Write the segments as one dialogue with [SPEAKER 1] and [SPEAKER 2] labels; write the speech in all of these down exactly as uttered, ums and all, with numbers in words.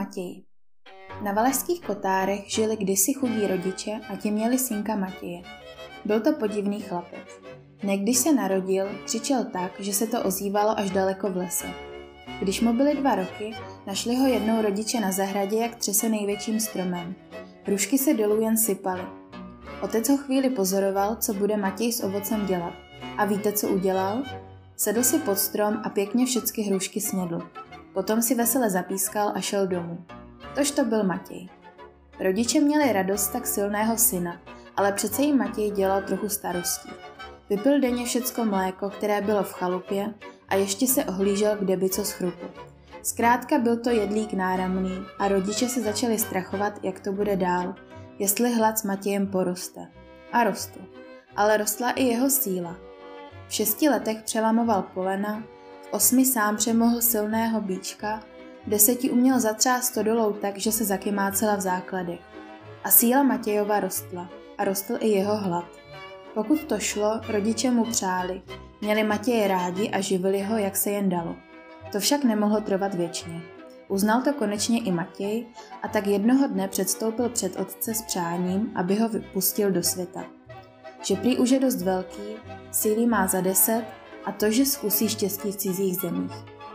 [SPEAKER 1] Matěj. Na Valašských Kotárech žili kdysi chudí rodiče a ti měli synka Matěje. Byl to podivný chlapec. Někdyž se narodil, křičel tak, že se to ozývalo až daleko v lese. Když mu byly dva roky, našli ho jednou rodiče na zahradě, jak třese největším stromem. Hrušky se dolů jen sypaly. Otec ho chvíli pozoroval, co bude Matěj s ovocem dělat. A víte, co udělal? Sedl si pod strom a pěkně všechny hrušky snědl. Potom si vesele zapískal a šel domů. Tož to byl Matěj. Rodiče měli radost tak silného syna, ale přece jim Matěj dělal trochu starostí. Vypil denně všecko mléko, které bylo v chalupě, a ještě se ohlížel, kde by co schrupl. Zkrátka byl to jedlík náramný a rodiče se začali strachovat, jak to bude dál, jestli hlad s Matějem poroste. A rostl. Ale rostla i jeho síla. V šesti letech přelamoval polena, v osmi sám přemohl silného býčka, v deseti uměl zatřást stodolou tak, že se zakymácela v základech. A síla Matějova rostla a rostl i jeho hlad. Pokud to šlo, rodiče mu přáli, měli Matěje rádi a živili ho, jak se jen dalo. To však nemohlo trvat věčně. Uznal to konečně i Matěj a tak jednoho dne předstoupil před otce s přáním, aby ho vypustil do světa. Že prý už je dost velký, síly má za deset a to, že zkusí štěstí v cizích zemích.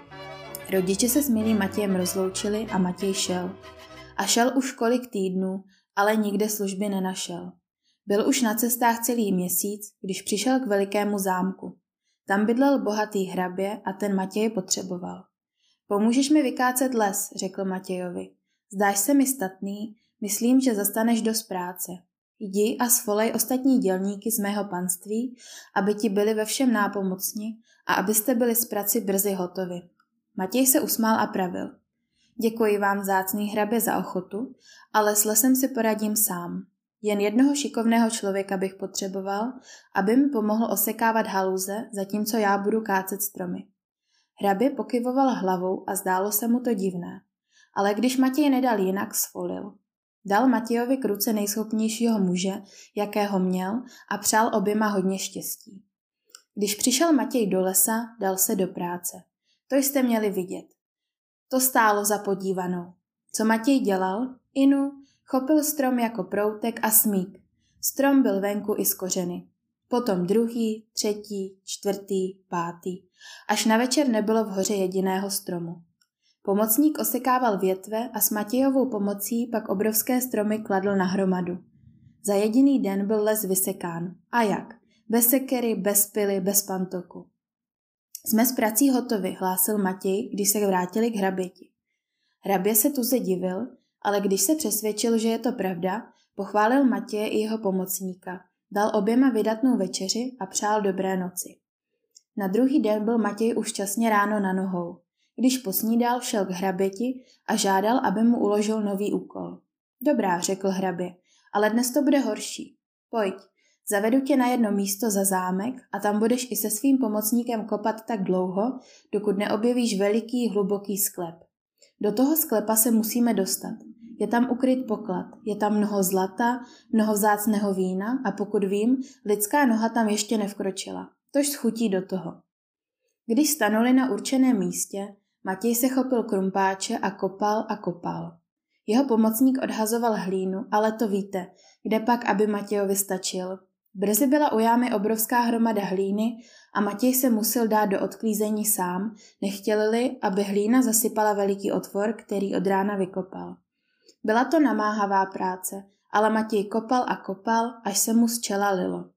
[SPEAKER 1] Rodiče se s milým Matějem rozloučili a Matěj šel. A šel už kolik týdnů, ale nikde služby nenašel. Byl už na cestách celý měsíc, když přišel k velikému zámku. Tam bydlel bohatý hrabě a ten Matěje potřeboval. Pomůžeš mi vykácet les, řekl Matějovi. Zdáš se mi statný, myslím, že zastaneš dost práce. Jdi a svolej ostatní dělníky z mého panství, aby ti byli ve všem nápomocni a abyste byli z praci brzy hotovi. Matěj se usmál a pravil. Děkuji vám, vzácný hrabě, za ochotu, ale s lesem si poradím sám. Jen jednoho šikovného člověka bych potřeboval, aby mi pomohl osekávat haluze, zatímco já budu kácet stromy. Hrabě pokyvoval hlavou a zdálo se mu to divné. Ale když Matěj nedal jinak, svolil. Dal Matějovi k ruce nejschopnějšího muže, jakého měl, a přál oběma hodně štěstí. Když přišel Matěj do lesa, dal se do práce. To jste měli vidět. To stálo za podívanou. Co Matěj dělal? Inu, chopil strom jako proutek a smík. Strom byl venku i z kořeny. Potom druhý, třetí, čtvrtý, pátý. Až na večer nebylo v hoře jediného stromu. Pomocník osekával větve a s Matějovou pomocí pak obrovské stromy kladl na hromadu. Za jediný den byl les vysekán. A jak? Bez sekery, bez pily, bez pantoku. Jsme s prací hotovi, hlásil Matěj, když se vrátili k hraběti. Hrabě se tuze divil, ale když se přesvědčil, že je to pravda, pochválil Matěje i jeho pomocníka, dal oběma vydatnou večeři a přál dobré noci. Na druhý den byl Matěj už časně ráno na nohou. Když posnídal, šel k hraběti a žádal, aby mu uložil nový úkol. Dobrá, řekl hrabě, ale dnes to bude horší. Pojď, zavedu tě na jedno místo za zámek a tam budeš i se svým pomocníkem kopat tak dlouho, dokud neobjevíš veliký, hluboký sklep. Do toho sklepa se musíme dostat. Je tam ukryt poklad, je tam mnoho zlata, mnoho vzácného vína a pokud vím, lidská noha tam ještě nevkročila. Tož schutí do toho. Když stanuli na určeném místě, Matěj se chopil krumpáče a kopal a kopal. Jeho pomocník odhazoval hlínu, ale to víte, kde pak, aby Matějovi stačil. Brzy byla u jámy obrovská hromada hlíny a Matěj se musel dát do odklízení sám, nechtěli-li, aby hlína zasypala veliký otvor, který od rána vykopal. Byla to namáhavá práce, ale Matěj kopal a kopal, až se mu z čela lilo.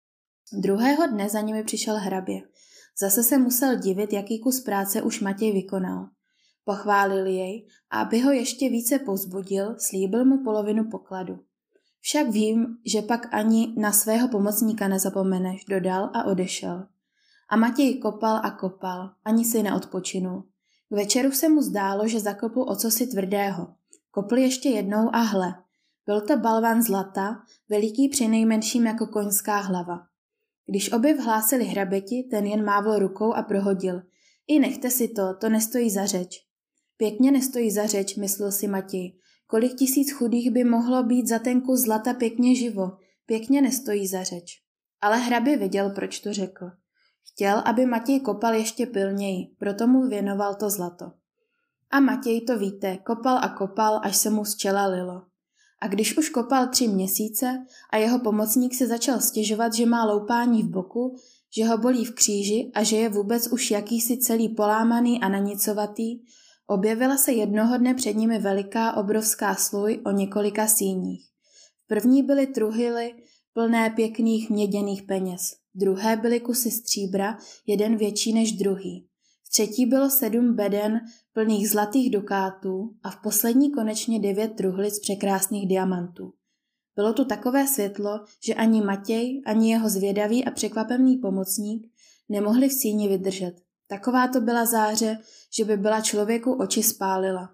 [SPEAKER 1] Druhého dne za nimi přišel hrabě. Zase se musel divit, jaký kus práce už Matěj vykonal. Pochválil jej a aby ho ještě více povzbudil, slíbil mu polovinu pokladu. Však vím, že pak ani na svého pomocníka nezapomeneš, dodal a odešel. A Matěj kopal a kopal, ani si neodpočinul. K večeru se mu zdálo, že zakopl o cosi tvrdého. Kopl ještě jednou a hle. Byl to balvan zlata, veliký přinejmenším jako koňská hlava. Když obě vhlásili hraběti, ten jen mávl rukou a prohodil. I nechte si to, to nestojí za řeč. Pěkně nestojí za řeč, myslel si Matěj. Kolik tisíc chudých by mohlo být za ten kus zlata pěkně živo, pěkně nestojí za řeč. Ale hrabě věděl, proč to řekl. Chtěl, aby Matěj kopal ještě pilněji, proto mu věnoval to zlato. A Matěj, to víte, kopal a kopal, až se mu z čela lilo. A když už kopal tři měsíce a jeho pomocník se začal stěžovat, že má loupání v boku, že ho bolí v kříži a že je vůbec už jakýsi celý polámaný a nanicovatý, objevila se jednoho dne před nimi veliká obrovská sluj o několika síních. V první byly truhily plné pěkných měděných peněz, druhé byly kusy stříbra, jeden větší než druhý. V třetí bylo sedm beden plných zlatých dukátů a v poslední konečně devět truhlic překrásných diamantů. Bylo tu takové světlo, že ani Matěj, ani jeho zvědavý a překvapený pomocník nemohli v síni vydržet. Taková to byla záře, že by byla člověku oči spálila.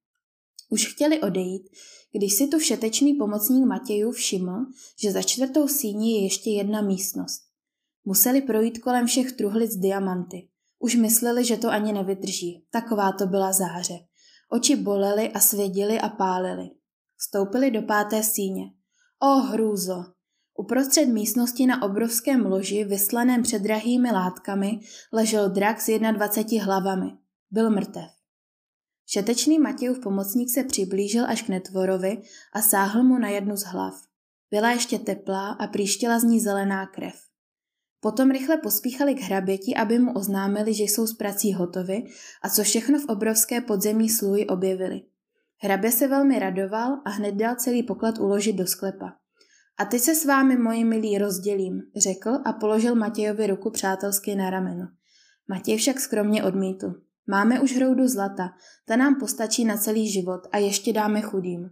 [SPEAKER 1] Už chtěli odejít, když si tu všetečný pomocník Matějův všiml, že za čtvrtou síní je ještě jedna místnost. Museli projít kolem všech truhlic diamanty. Už mysleli, že to ani nevydrží. Taková to byla záře. Oči bolely a svědily a pálily. Vstoupili do páté síně. O hrůzo! Uprostřed místnosti na obrovském loži, vyslaném předrahými látkami, ležel drak s dvaceti jedna hlavami. Byl mrtev. Všetečný Matějův pomocník se přiblížil až k netvorovi a sáhl mu na jednu z hlav. Byla ještě teplá a prýštěla z ní zelená krev. Potom rychle pospíchali k hraběti, aby mu oznámili, že jsou s prací hotovi a co všechno v obrovské podzemní sluji objevili. Hrabě se velmi radoval a hned dal celý poklad uložit do sklepa. A teď se s vámi, moji milí, rozdělím, řekl a položil Matějovi ruku přátelsky na rameno. Matěj však skromně odmítl. Máme už hroudu zlata, ta nám postačí na celý život a ještě dáme chudým.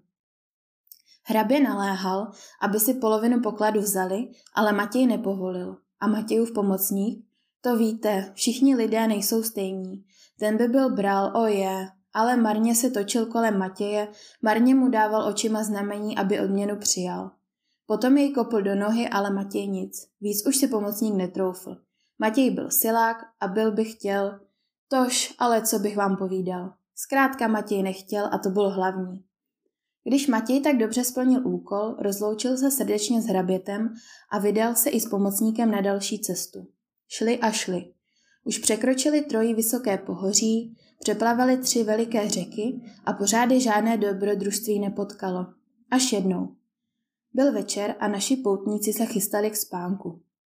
[SPEAKER 1] Hrabě naléhal, aby si polovinu pokladu vzali, ale Matěj nepovolil. A Matějův pomocník? To víte, všichni lidé nejsou stejní. Ten by byl bral, oje, ale marně se točil kolem Matěje, marně mu dával očima znamení, aby odměnu přijal. Potom jej kopl do nohy, ale Matěj nic. Víc už si pomocník netroufl. Matěj byl silák a byl by chtěl. Tož, ale co bych vám povídal. Zkrátka Matěj nechtěl a to bylo hlavní. Když Matěj tak dobře splnil úkol, rozloučil se srdečně s hrabětem a vydal se i s pomocníkem na další cestu. Šli a šli. Už překročili trojí vysoké pohoří, přeplavili tři veliké řeky a pořád je žádné dobrodružství nepotkalo. Až jednou. Byl večer a naši poutníci se chystali k spánku.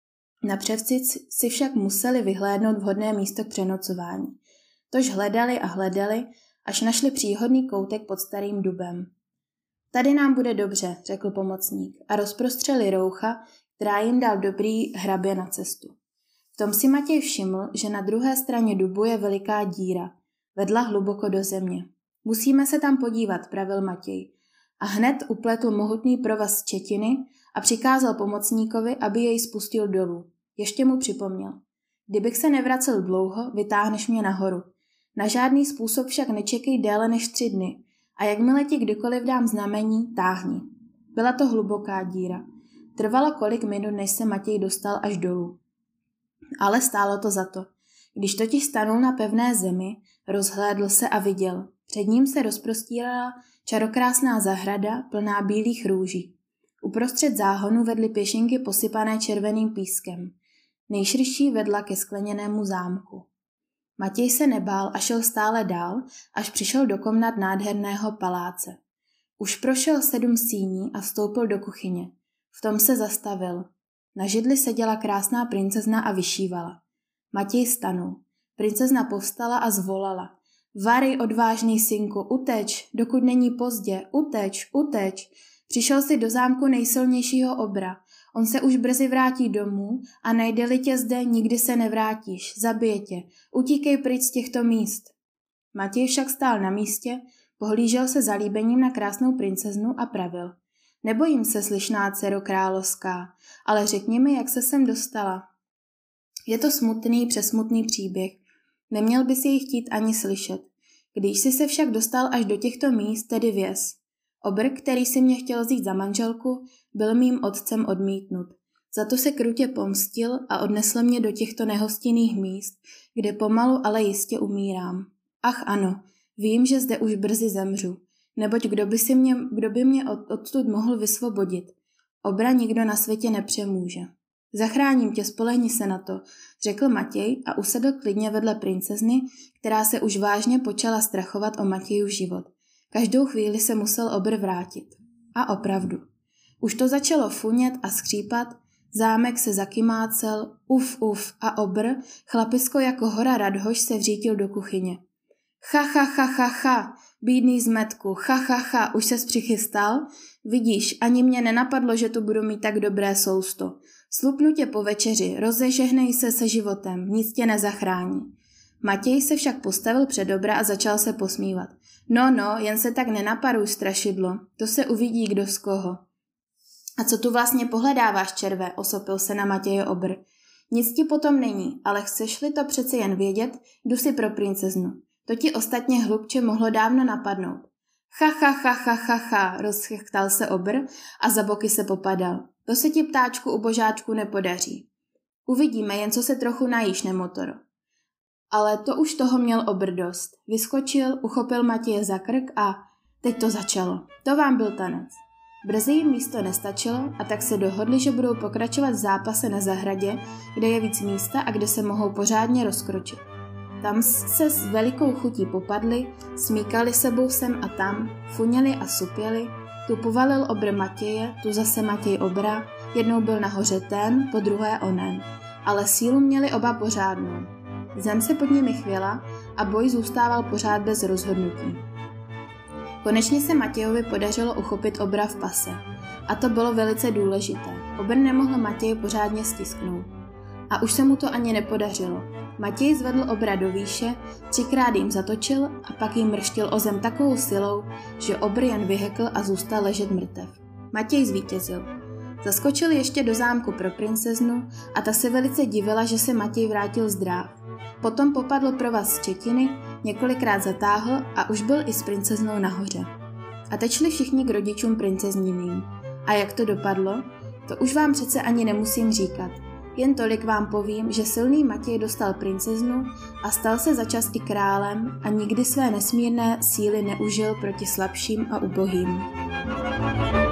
[SPEAKER 1] Na převci si však museli vyhlédnout vhodné místo k přenocování. Tož hledali a hledali, až našli příhodný koutek pod starým dubem. Tady nám bude dobře, řekl pomocník a rozprostřeli roucha, která jim dal dobrý hrabě na cestu. V tom si Matěj všiml, že na druhé straně dubu je veliká díra, vedla hluboko do země. Musíme se tam podívat, pravil Matěj. A hned upletl mohutný provaz z četiny a přikázal pomocníkovi, aby jej spustil dolů. Ještě mu připomněl. Kdybych se nevracel dlouho, vytáhneš mě nahoru. Na žádný způsob však nečekej déle než tři dny. A jakmile ti kdykoliv dám znamení, táhni. Byla to hluboká díra. Trvalo kolik minut, než se Matěj dostal až dolů. Ale stálo to za to. Když totiž stanul na pevné zemi, rozhlédl se a viděl. Před ním se rozprostírala čarokrásná zahrada plná bílých růží. Uprostřed záhonu vedly pěšinky posypané červeným pískem. Nejširší vedla ke skleněnému zámku. Matěj se nebál a šel stále dál, až přišel do komnat nádherného paláce. Už prošel sedm síní a vstoupil do kuchyně. V tom se zastavil. Na židli seděla krásná princezna a vyšívala. Matěj stanul. Princezna povstala a zvolala. Varej, odvážný synku, uteč, dokud není pozdě, uteč, uteč. Přišel si do zámku nejsilnějšího obra. On se už brzy vrátí domů a najde-li tě zde, nikdy se nevrátíš, zabije tě, utíkej pryč z těchto míst. Matěj však stál na místě, pohlížel se zalíbením na krásnou princeznu a pravil. Nebojím se, slyšná dcero královská, ale řekni mi, jak se sem dostala. Je to smutný, přesmutný příběh. Neměl bys jej chtít ani slyšet. Když jsi se však dostal až do těchto míst, tedy věz. Obr, který si mě chtěl vzít za manželku, byl mým otcem odmítnut. Za to se krutě pomstil a odnesl mě do těchto nehostinných míst, kde pomalu, ale jistě umírám. Ach ano, vím, že zde už brzy zemřu, neboť kdo by, si mě, kdo by mě od, odtud mohl vysvobodit. Obra nikdo na světě nepřemůže. Zachráním tě, spolehni se na to, řekl Matěj a usedl klidně vedle princezny, která se už vážně počala strachovat o Matějův život. Každou chvíli se musel obr vrátit. A opravdu. Už to začalo funět a skřípat, zámek se zakymácel, uf, uf a obr, chlapisko jako hora Radhoš se vřítil do kuchyně. Cha, cha, cha, cha, cha, bídný zmetku, cha, cha, cha, už ses přichystal? Vidíš, ani mě nenapadlo, že tu budu mít tak dobré sousto. Slupnu tě po večeři, rozežehnej se se životem, nic tě nezachrání. Matěj se však postavil před obra a začal se posmívat. No, no, jen se tak nenaparuj, strašidlo, to se uvidí kdo z koho. A co tu vlastně pohledáváš, červe, osopil se na Matěje obr. Nic ti potom není, ale chceš-li to přece jen vědět, jdu si pro princeznu. To ti ostatně hlubče mohlo dávno napadnout. Cha, cha, cha, cha, cha, cha, rozchechtal se obr a za boky se popadal. To se ti, ptáčku ubožáčku, nepodaří. Uvidíme, jen co se trochu najíš, nemotoro. Ale to už toho měl obr dost. Vyskočil, uchopil Matěje za krk a teď to začalo. To vám byl tanec. Brzy jim místo nestačilo a tak se dohodli, že budou pokračovat v zápase na zahradě, kde je víc místa a kde se mohou pořádně rozkročit. Tam se s velikou chutí popadli, smíkali sebou sem a tam, funěli a supěli, tu povalil obr Matěje, tu zase Matěj obra, jednou byl nahoře ten, po druhé onen, ale sílu měli oba pořádnou. Zem se pod nimi chvěla a boj zůstával pořád bez rozhodnutí. Konečně se Matějovi podařilo uchopit obra v pase. A to bylo velice důležité. Obr nemohl Matěje pořádně stisknout. A už se mu to ani nepodařilo. Matěj zvedl obra do výše, třikrát jim zatočil a pak jim mrštil o zem takovou silou, že obr jen vyhekl a zůstal ležet mrtev. Matěj zvítězil. Zaskočil ještě do zámku pro princeznu a ta se velice divila, že se Matěj vrátil zdráv. Potom popadl provaz Štětiny, několikrát zatáhl a už byl i s princeznou nahoře. A teď šli všichni k rodičům princezniným. A jak to dopadlo? To už vám přece ani nemusím říkat. Jen tolik vám povím, že silný Matěj dostal princeznu a stal se začas i králem a nikdy své nesmírné síly neužil proti slabším a ubohým.